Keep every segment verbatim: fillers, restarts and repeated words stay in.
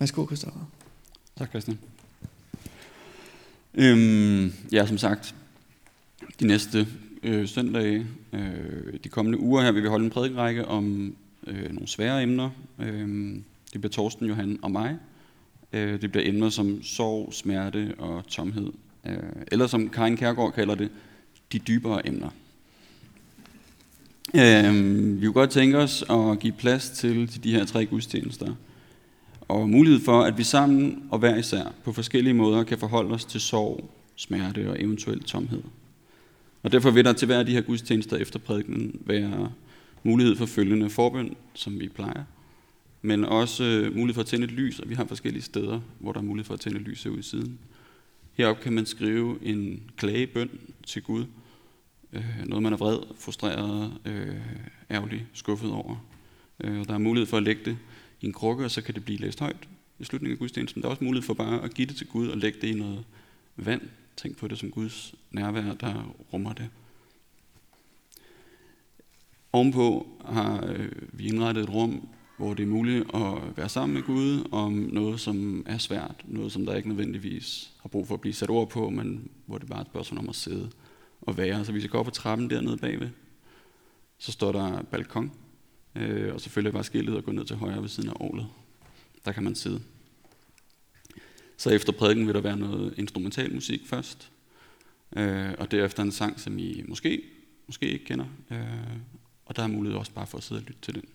Værsgo, Christoffer. Tak, Christian. Øhm, ja, som sagt, de næste øh, søndage, øh, de kommende uger her, vil vi holde en prædikenrække om øh, nogle svære emner. Øh, det bliver Torsten, Johan og mig. Øh, det bliver emner som sorg, smerte og tomhed. Øh, eller som Karin Kjærgaard kalder det, de dybere emner. Øh, vi kunne godt tænke os at give plads til, til de her tre gudstjenester. Og mulighed for, at vi sammen og hver især på forskellige måder kan forholde os til sorg, smerte og eventuel tomhed. Og derfor vil der til hver af de her gudstjenester efter prædikenen være mulighed for følgende forbøn, som vi plejer, men også mulighed for at tænde et lys, og vi har forskellige steder, hvor der er mulighed for at tænde et lys herude i siden. Heroppe kan man skrive en klagebøn til Gud, noget man er vred, frustreret, ærgerlig, skuffet over. Og der er mulighed for at lægge det i en krukke, og så kan det blive læst højt i slutningen af gudstjenesten. Der er også mulighed for bare at give det til Gud og lægge det i noget vand. Tænk på det som Guds nærvær, der rummer det. Ovenpå har øh, vi indrettet et rum, hvor det er muligt at være sammen med Gud om noget, som er svært. Noget, som der ikke nødvendigvis har brug for at blive sat ord på, men hvor det bare er et spørgsmål om at sidde og være. Så hvis jeg går op ad trappen dernede bagved, så står der balkon. Øh, og selvfølgelig bare skiltet og gå ned til højre ved siden af orglet. Der kan man sidde. Så efter prædiken vil der være noget instrumental musik først. Øh, og derefter en sang, som I måske, måske ikke kender. Øh, og der er mulighed også bare for at sidde og lytte til den.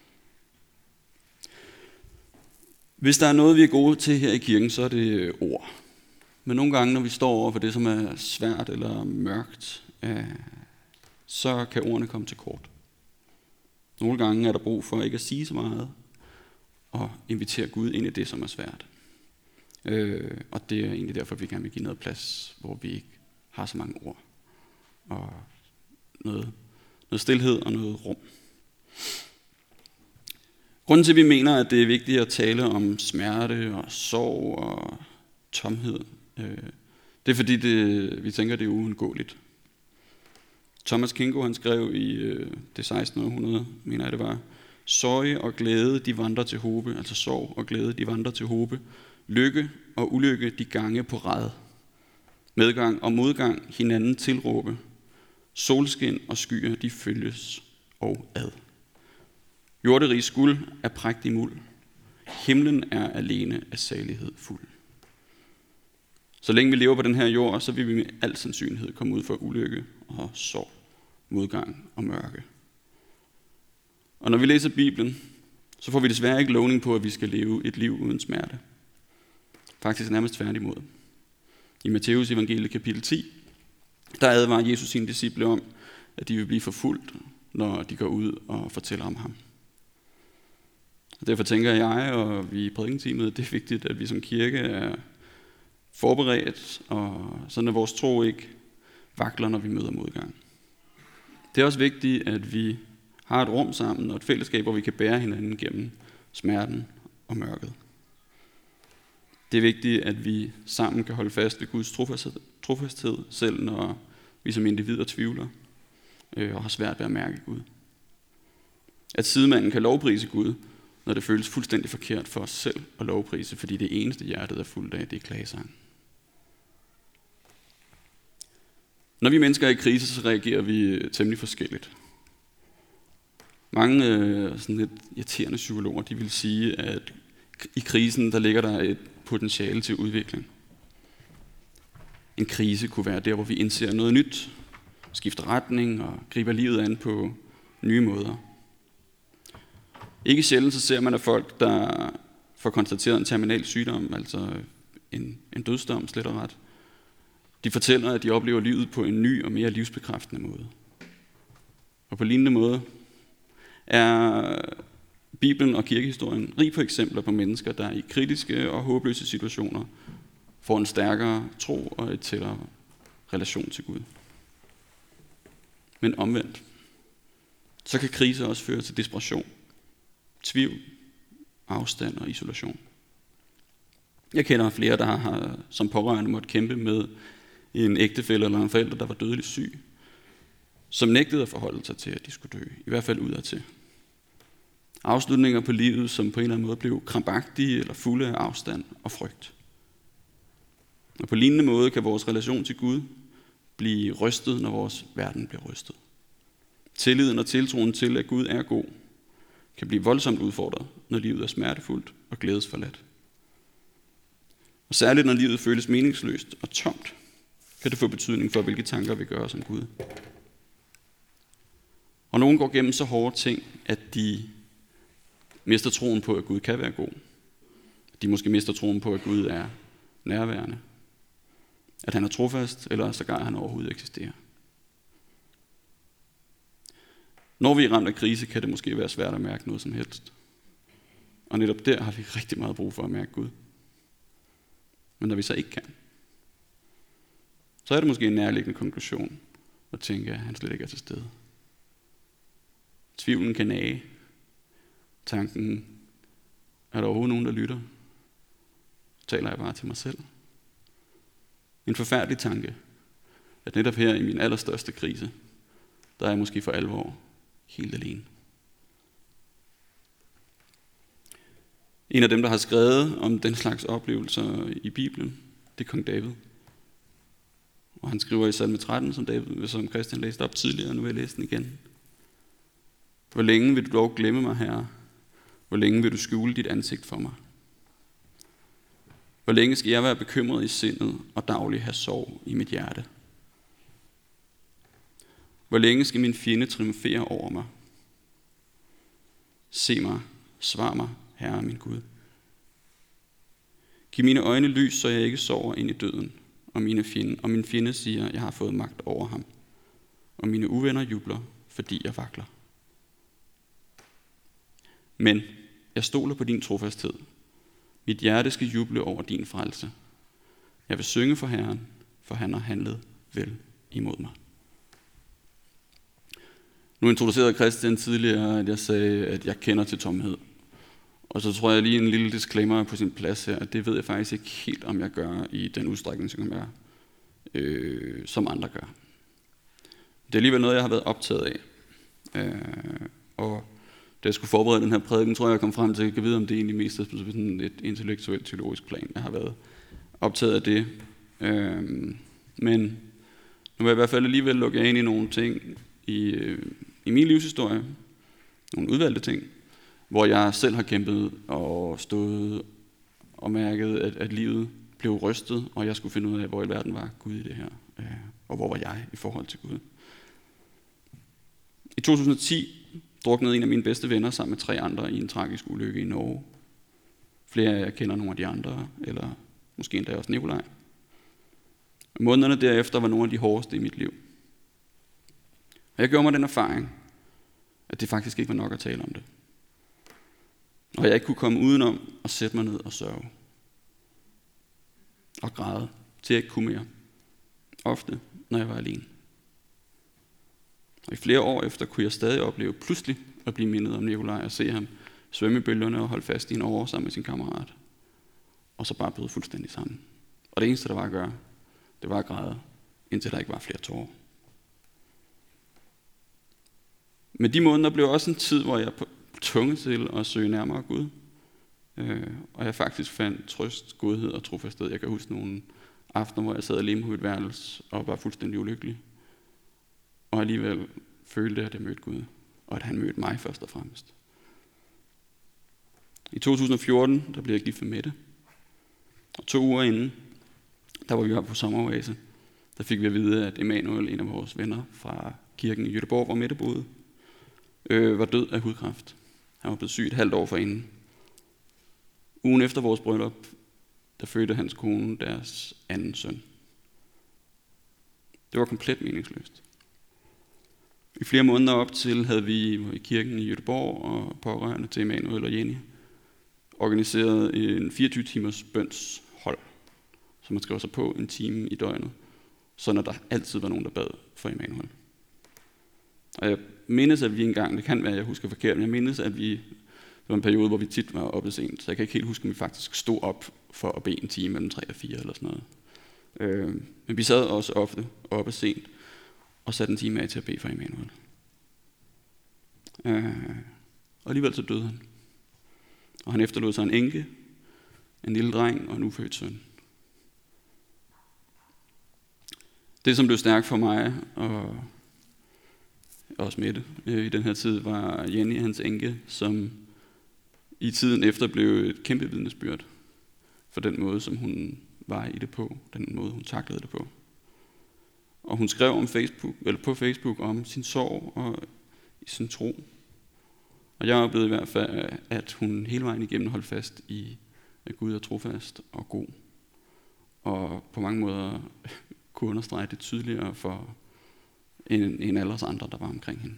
Hvis der er noget, vi er gode til her i kirken, så er det ord. Men nogle gange, når vi står over for det, som er svært eller mørkt, øh, så kan ordene komme til kort. Nogle gange er der brug for ikke at sige så meget, og invitere Gud ind i det, som er svært. Øh, og det er egentlig derfor, vi gerne vil give noget plads, hvor vi ikke har så mange ord. Og noget, noget stilhed og noget rum. Grunden til, at vi mener, at det er vigtigt at tale om smerte og sorg og tomhed, øh, det er fordi, det, vi tænker, det er uundgåeligt. Thomas Kingo, han skrev i øh, det sekstende århundrede, mener jeg det var, sorg og glæde, de vandrer til hobe, altså sorg og glæde, de vandrer til hobe, lykke og ulykke, de gange på rad, medgang og modgang, hinanden tilråbe, solskin og skyer, de følges og ad. Jorderig skuld er prægtig muld, himlen er alene af salighed fuld. Så længe vi lever på den her jord, så vil vi med al sandsynlighed komme ud for ulykke og sorg, modgang og mørke. Og når vi læser Bibelen, så får vi desværre ikke lovning på, at vi skal leve et liv uden smerte. Faktisk nærmest tværtimod. I Matteus evangeliet kapitel ti, der advarer Jesus sine disciple om, at de vil blive forfulgt, når de går ud og fortæller om ham. Og derfor tænker jeg, og vi i prædiketeamet, at det er vigtigt, at vi som kirke er forberedt, og sådan at vores tro ikke vakler, når vi møder modgang. Det er også vigtigt, at vi har et rum sammen og et fællesskab, hvor vi kan bære hinanden gennem smerten og mørket. Det er vigtigt, at vi sammen kan holde fast ved Guds trofasthed, selv når vi som individer tvivler og har svært ved at mærke Gud. At sidemanden kan lovprise Gud, når det føles fuldstændig forkert for os selv at lovprise, fordi det eneste hjertet er fuldt af, det er klagesang. Når vi mennesker er i krise, så reagerer vi temmelig forskelligt. Mange øh, sådan lidt irriterende psykologer, de vil sige, at i krisen, der ligger der et potentiale til udvikling. En krise kunne være der, hvor vi indser noget nyt, skifter retning og griber livet an på nye måder. Ikke sjældent så ser man, at folk, der får konstateret en terminal sygdom, altså en, en dødsdom slet og ret, de fortæller, at de oplever livet på en ny og mere livsbekræftende måde. Og på lignende måde er Bibelen og kirkehistorien rig på eksempler på mennesker, der i kritiske og håbløse situationer får en stærkere tro og et tættere relation til Gud. Men omvendt, så kan krise også føre til desperation, tvivl, afstand og isolation. Jeg kender flere, der har som pårørende måtte kæmpe med en ægtefælle eller en forælder, der var dødeligt syg, som nægtede at forholde sig til, at de skulle dø, i hvert fald udadtil. Afslutninger på livet, som på en eller anden måde blev krampagtige eller fulde af afstand og frygt. Og på lignende måde kan vores relation til Gud blive rystet, når vores verden bliver rystet. Tilliden og tiltroen til, at Gud er god, kan blive voldsomt udfordret, når livet er smertefuldt og glædesforladt. Og særligt når livet føles meningsløst og tomt, kan det få betydning for, hvilke tanker vi gør os om Gud. Og nogen går gennem så hårde ting, at de mister troen på, at Gud kan være god. De måske mister troen på, at Gud er nærværende. At han er trofast, eller sågar han overhovedet eksisterer. Når vi er ramt af krise, kan det måske være svært at mærke noget som helst. Og netop der har vi rigtig meget brug for at mærke Gud. Men når vi så ikke kan, så er det måske en nærliggende konklusion at tænke, at han slet ikke er til stede. Tvivlen kan nage. Tanken, er der overhovedet nogen, der lytter? Taler jeg bare til mig selv? En forfærdelig tanke, at netop her i min allerstørste krise, der er jeg måske for alvor helt alene. En af dem, der har skrevet om den slags oplevelser i Bibelen, det er kong David. Og han skriver i salme tretten, som, David, som Christian læste op tidligere, og nu vil jeg læse den igen. Hvor længe vil du dog glemme mig, Herre? Hvor længe vil du skjule dit ansigt for mig? Hvor længe skal jeg være bekymret i sindet og dagligt have sorg i mit hjerte? Hvor længe skal min fjende triumfere over mig? Se mig, svar mig, Herre min Gud. Giv mine øjne lys, så jeg ikke sover ind i døden, og, mine fjende, og min fjende siger, jeg har fået magt over ham. Og mine uvenner jubler, fordi jeg vakler. Men jeg stoler på din trofasthed. Mit hjerte skal juble over din frelse. Jeg vil synge for Herren, for han har handlet vel imod mig. Nu introducerede Christian tidligere, at jeg sagde, at jeg kender til tomhed. Og så tror jeg lige en lille disclaimer på sin plads her, at det ved jeg faktisk ikke helt, om jeg gør i den udstrækning, som jeg øh, som andre gør. Det er alligevel noget, jeg har været optaget af. Øh, og da jeg skulle forberede den her prædiken, tror jeg, jeg kom frem til, at jeg kan vide, om det egentlig mest er på sådan et intellektuelt, teologisk plan. Jeg har været optaget af det. Øh, men nu vil jeg i hvert fald alligevel lukke ind i nogle ting i, øh, i min livshistorie. Nogle udvalgte ting, hvor jeg selv har kæmpet og stået og mærket, at, at livet blev rystet, og jeg skulle finde ud af, hvor i verden var Gud i det her, øh, og hvor var jeg i forhold til Gud. I to tusind og ti druknede en af mine bedste venner sammen med tre andre i en tragisk ulykke i Norge. Flere af jer kender nogle af de andre, eller måske endda også Nikolaj. Månederne derefter var nogle af de hårdeste i mit liv. Og jeg gjorde mig den erfaring, at det faktisk ikke var nok at tale om det. Og jeg ikke kunne komme udenom at sætte mig ned og sørge. Og græde, til jeg ikke kunne mere. Ofte, når jeg var alene. Og i flere år efter kunne jeg stadig opleve pludselig at blive mindet om Nikolaj og se ham svømme i bølgerne og holde fast i en år sammen med sin kammerat. Og så bare bryde fuldstændig sammen. Og det eneste, der var at gøre, det var at græde, indtil der ikke var flere tårer. Men de måneder blev også en tid, hvor jeg tvunget til at søge nærmere Gud. Øh, og jeg faktisk fandt trøst, godhed og trofasthed. Jeg kan huske nogle aftener, hvor jeg sad alene på mit værelse og var fuldstændig ulykkelig. Og alligevel følte jeg, at jeg mødte Gud, og at han mødte mig først og fremmest. I to tusind og fjorten, der blev jeg gift med Mette. Og to uger inden, der var vi oppe på sommeroase. Der fik vi at vide, at Emanuel, en af vores venner fra kirken i Göteborg, hvor Mette boede, øh, var død af hudkræft. Han var blevet syg et halvt år forinden. Ugen efter vores bryllup, der fødte hans kone deres anden søn. Det var komplet meningsløst. I flere måneder op til havde vi i kirken i Göteborg og pårørende til Emanuel og Jenny organiseret en fireogtyve timers bønshold, så man skrev sig på en time i døgnet, så når der altid var nogen, der bad for Emanuel. Og jeg mindes, at vi engang, det kan være, at jeg husker forkert, men jeg mindes, at vi, det var en periode, hvor vi tit var oppe sent, så jeg kan ikke helt huske, om vi faktisk stod op for at bede en time mellem tre og fire eller sådan noget. Øh, men vi sad også ofte oppe sent og satte en time af til at bede for Emanuel. Øh, Og alligevel så døde han. Og han efterlod sig en enke, en lille dreng og en ufødt søn. Det, som blev stærkt for mig, og også Mette i den her tid, var Jenny, hans enke, som i tiden efter blev et kæmpe vidnesbyrd for den måde, som hun var i det på, den måde, hun taklede det på. Og hun skrev om Facebook, eller på Facebook om sin sorg og sin tro. Og jeg oplevede i hvert fald, at hun hele vejen igennem holdt fast i, at Gud er trofast og god. Og på mange måder kunne understrege det tydeligere for en, en alle os andre, der var omkring hende.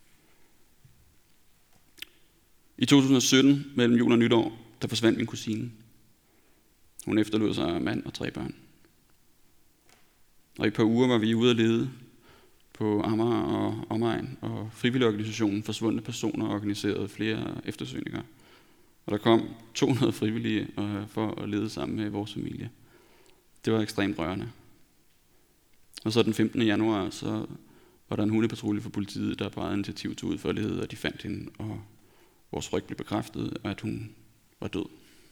I to tusind og sytten, mellem jul og nytår, der forsvandt min kusine. Hun efterlod sig mand og tre børn. Og i et par uger var vi ude at lede på Amager og omegn, og frivilligorganisationen Forsvundne Personer organiserede flere eftersøgninger. Og der kom to hundrede frivillige for at lede sammen med vores familie. Det var ekstremt rørende. Og så den femtende januar, så var der en hundepatrulje for politiet, der bragte initiativ til ud for at lede, og de fandt hende, og vores frygt blev bekræftet, at hun var død.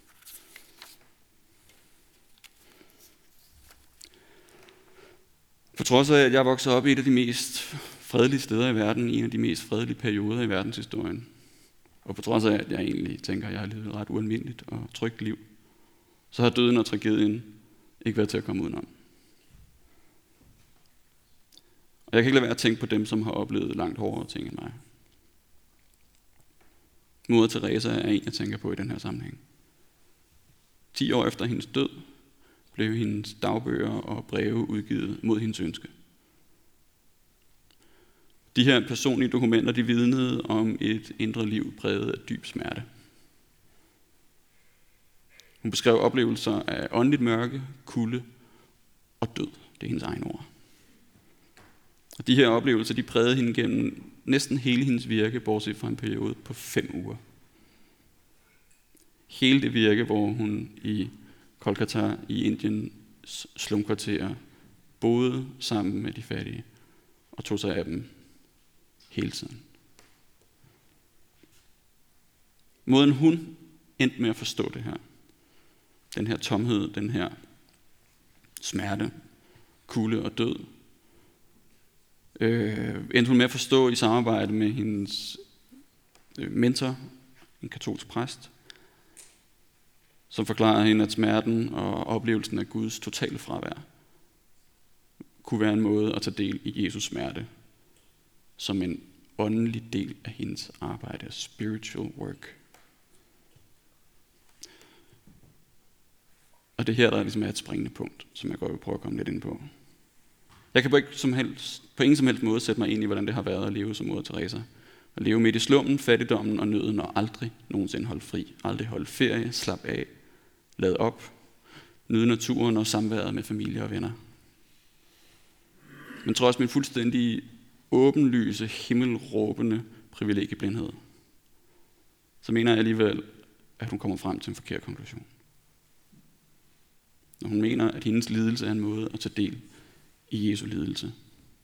På trods af, at jeg voksede op i et af de mest fredelige steder i verden, i en af de mest fredelige perioder i verdenshistorien, og på trods af, at jeg egentlig tænker, at jeg har levet et ret ualmindeligt og trygt liv, så har døden og tragedien ikke været til at komme udenom. Og jeg kan ikke lade være at tænke på dem, som har oplevet langt hårdere ting end mig. Moder Teresa er en, jeg tænker på i den her sammenhæng. Ti år efter hendes død blev hendes dagbøger og breve udgivet mod hendes ønske. De her personlige dokumenter, de vidnede om et indre liv præget af dyb smerte. Hun beskrev oplevelser af åndeligt mørke, kulde og død. Det er hendes egne ord. Og de her oplevelser, de prægede hende gennem næsten hele hendes virke, bortset fra en periode på fem uger. Hele det virke, hvor hun i Kolkata i Indiens slumkvarterer boede sammen med de fattige og tog sig af dem hele tiden. Måden hun endte med at forstå det her, den her tomhed, den her smerte, kulde og død, øh, endte hun med at forstå i samarbejde med hendes mentor, en katolsk præst, som forklarer hende, at smerten og oplevelsen af Guds totale fravær kunne være en måde at tage del i Jesus smerte, som en åndelig del af hendes arbejde, spiritual work. Og det her, der ligesom er et springende punkt, som jeg godt vil prøve at komme lidt ind på. Jeg kan på, ikke som helst, på ingen som helst måde sætte mig ind i, hvordan det har været at leve som moder Teresa. At leve midt i slummen, fattigdommen og nøden, og aldrig nogensinde holde fri. Aldrig holde ferie, slap af, lad op, nyde naturen og samværet med familie og venner. Men trods min fuldstændig åbenlyse, himmelråbende privilegieblindhed, så mener jeg alligevel, at hun kommer frem til en forkert konklusion. Når hun mener, at hendes lidelse er en måde at tage del i Jesu lidelse.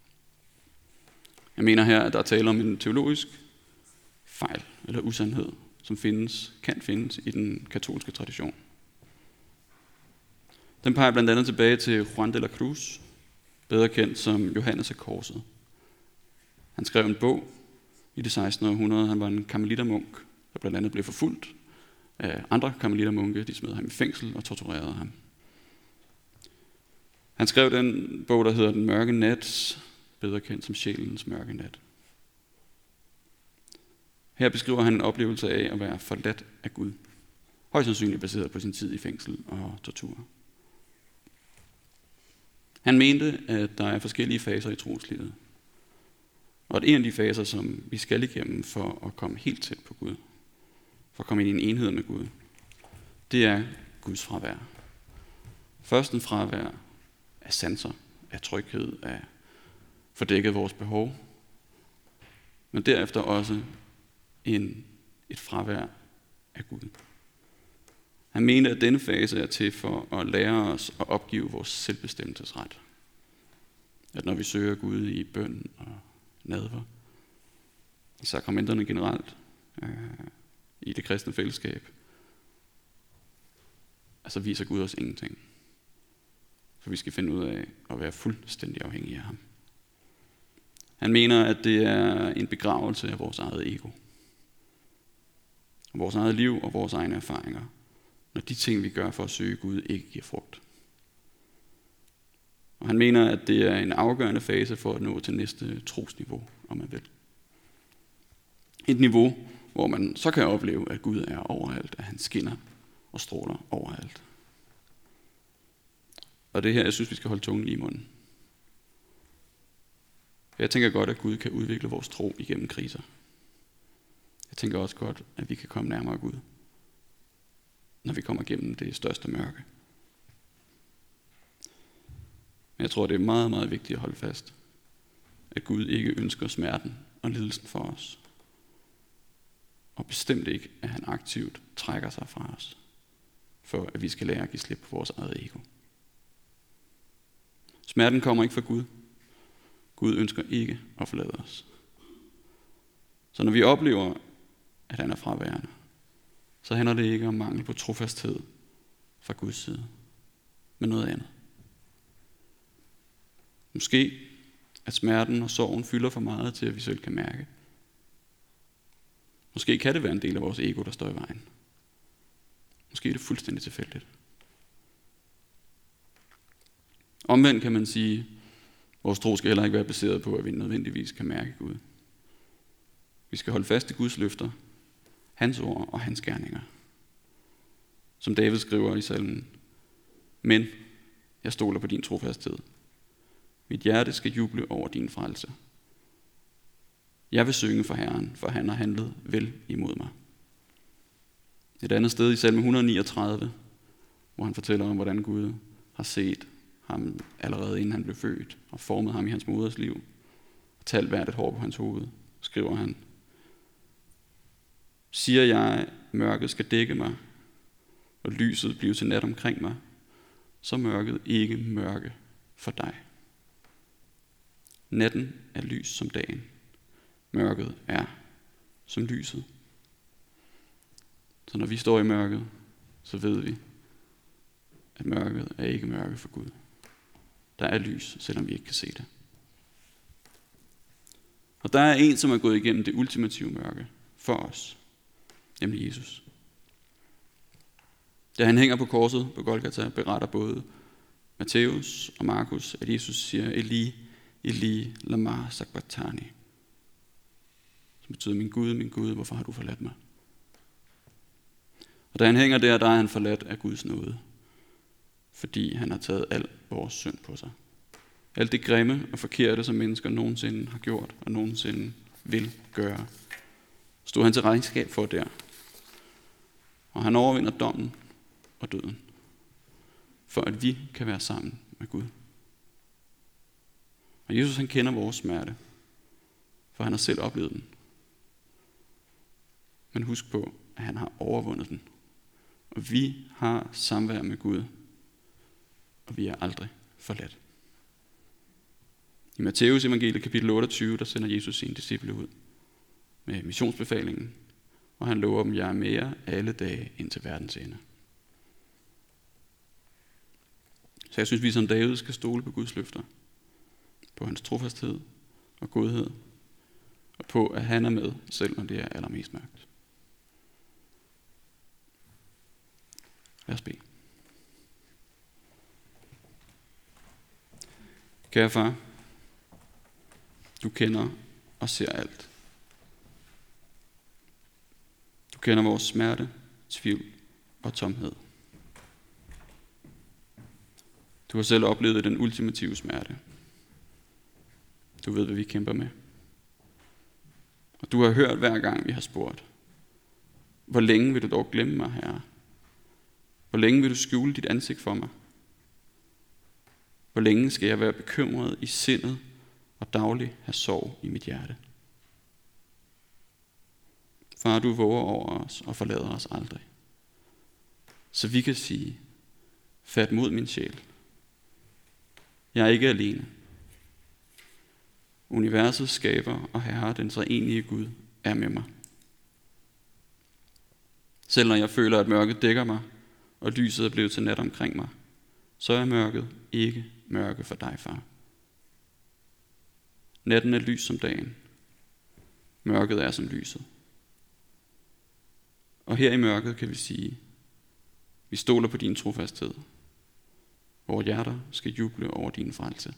Jeg mener her, at der er tale om en teologisk fejl eller usandhed, som findes, kan findes i den katolske tradition. Den peger blandt andet tilbage til Juan de la Cruz, bedre kendt som Johannes af Korset. Han skrev en bog i det sekstende århundrede. Han var en karmelitermunk, der blandt andet blev forfulgt af andre karmelitermunke. De smed ham i fængsel og torturerede ham. Han skrev den bog, der hedder Den mørke nat, bedre kendt som Sjælens mørke nat. Her beskriver han en oplevelse af at være forladt af Gud. Højst sandsynligt baseret på sin tid i fængsel og tortur. Han mente, at der er forskellige faser i troslivet. Og at en af de faser, som vi skal igennem for at komme helt tæt på Gud, for at komme ind i en enhed med Gud, det er Guds fravær. Først en fravær af sanser, af tryghed, af fordækket vores behov, men derefter også en, et fravær af Gud. Han mente, at denne fase er til for at lære os at opgive vores selvbestemmelsesret. At når vi søger Gud i bøn og nadver, i sakramenterne generelt, øh, i det kristne fællesskab, altså viser Gud os ingenting. For vi skal finde ud af at være fuldstændig afhængige af ham. Han mener, at det er en begravelse af vores eget ego. Vores eget liv og vores egne erfaringer, når de ting, vi gør for at søge Gud, ikke giver frugt. Og han mener, at det er en afgørende fase for at nå til næste trosniveau, om man vil. Et niveau, hvor man så kan opleve, at Gud er overalt, at han skinner og stråler overalt. Og det her, jeg synes, vi skal holde tungen lige i munden. Jeg tænker godt, at Gud kan udvikle vores tro igennem kriser. Jeg tænker også godt, at vi kan komme nærmere Gud, når vi kommer igennem det største mørke. Men jeg tror, det er meget, meget vigtigt at holde fast, at Gud ikke ønsker smerten og lidelsen for os. Og bestemt ikke, at han aktivt trækker sig fra os, for at vi skal lære at give slip på vores eget ego. Smerten kommer ikke fra Gud. Gud ønsker ikke at forlade os. Så når vi oplever, at han er fraværende, så handler det ikke om mangel på trofasthed fra Guds side, men noget andet. Måske at smerten og sorgen fylder for meget til, at vi selv kan mærke. Måske kan det være en del af vores ego, der står i vejen. Måske er det fuldstændig tilfældigt. Omvendt kan man sige, at vores tro skal heller ikke være baseret på, at vi nødvendigvis kan mærke Gud. Vi skal holde fast i Guds løfter, hans ord og hans gerninger. Som David skriver i salmen: Men jeg stoler på din trofasthed. Mit hjerte skal juble over din frelse. Jeg vil synge for Herren, for han har handlet vel imod mig. Et andet sted i salme et hundrede og niogtredive, hvor han fortæller om, hvordan Gud har set ham allerede inden han blev født, og formet ham i hans moders liv, og talt hvert et hår på hans hoved, skriver han: Siger jeg, mørket skal dække mig, og lyset bliver til nat omkring mig, så mørket ikke mørke for dig. Natten er lys som dagen. Mørket er som lyset. Så når vi står i mørket, så ved vi, at mørket er ikke mørke for Gud. Der er lys, selvom vi ikke kan se det. Og der er en, som er gået igennem det ultimative mørke for os, nemlig Jesus. Da han hænger på korset på Golgata, beretter både Matthæus og Markus, at Jesus siger: Eli, Eli, lama sabachthani. Som betyder: min Gud, min Gud, hvorfor har du forladt mig? Og da han hænger der, der er han forladt af Guds nåde, fordi han har taget al vores synd på sig. Alt det grimme og forkerte, som mennesker nogensinde har gjort og nogensinde vil gøre, stod han til regnskab for der. Og han overvinder dommen og døden, for at vi kan være sammen med Gud. Og Jesus, han kender vores smerte, for han har selv oplevet den. Men husk på, at han har overvundet den. Og vi har samvær med Gud, og vi er aldrig forladt. I Matthæus evangeliet kapitel otteogtyve, der sender Jesus sine disciple ud med missionsbefalingen, og han lover dem: jeg er med jer alle dage indtil verdens ende. Så jeg synes, vi som David skal stole på Guds løfter, på hans trofasthed og godhed, og på, at han er med, selv når det er allermest mørkt. Lad os bede. Kære far, du kender og ser alt. Du kender vores smerte, tvivl og tomhed. Du har selv oplevet den ultimative smerte. Du ved, hvad vi kæmper med. Og du har hørt hver gang, vi har spurgt: hvor længe vil du dog glemme mig, Herre? Hvor længe vil du skjule dit ansigt for mig? Hvor længe skal jeg være bekymret i sindet og dagligt have sorg i mit hjerte? Far, du våger over os og forlader os aldrig. Så vi kan sige: fat mod min sjæl. Jeg er ikke alene. Universets skaber og herre, den treenige Gud, er med mig. Selv når jeg føler, at mørket dækker mig, og lyset er blevet til nat omkring mig, så er mørket ikke mørke for dig, far. Natten er lys som dagen. Mørket er som lyset. Og her i mørket kan vi sige, vi stoler på din trofasthed. Vores hjerter skal juble over din frelse.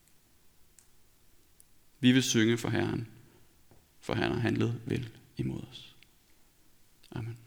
Vi vil synge for Herren, for han har handlet vel imod os. Amen.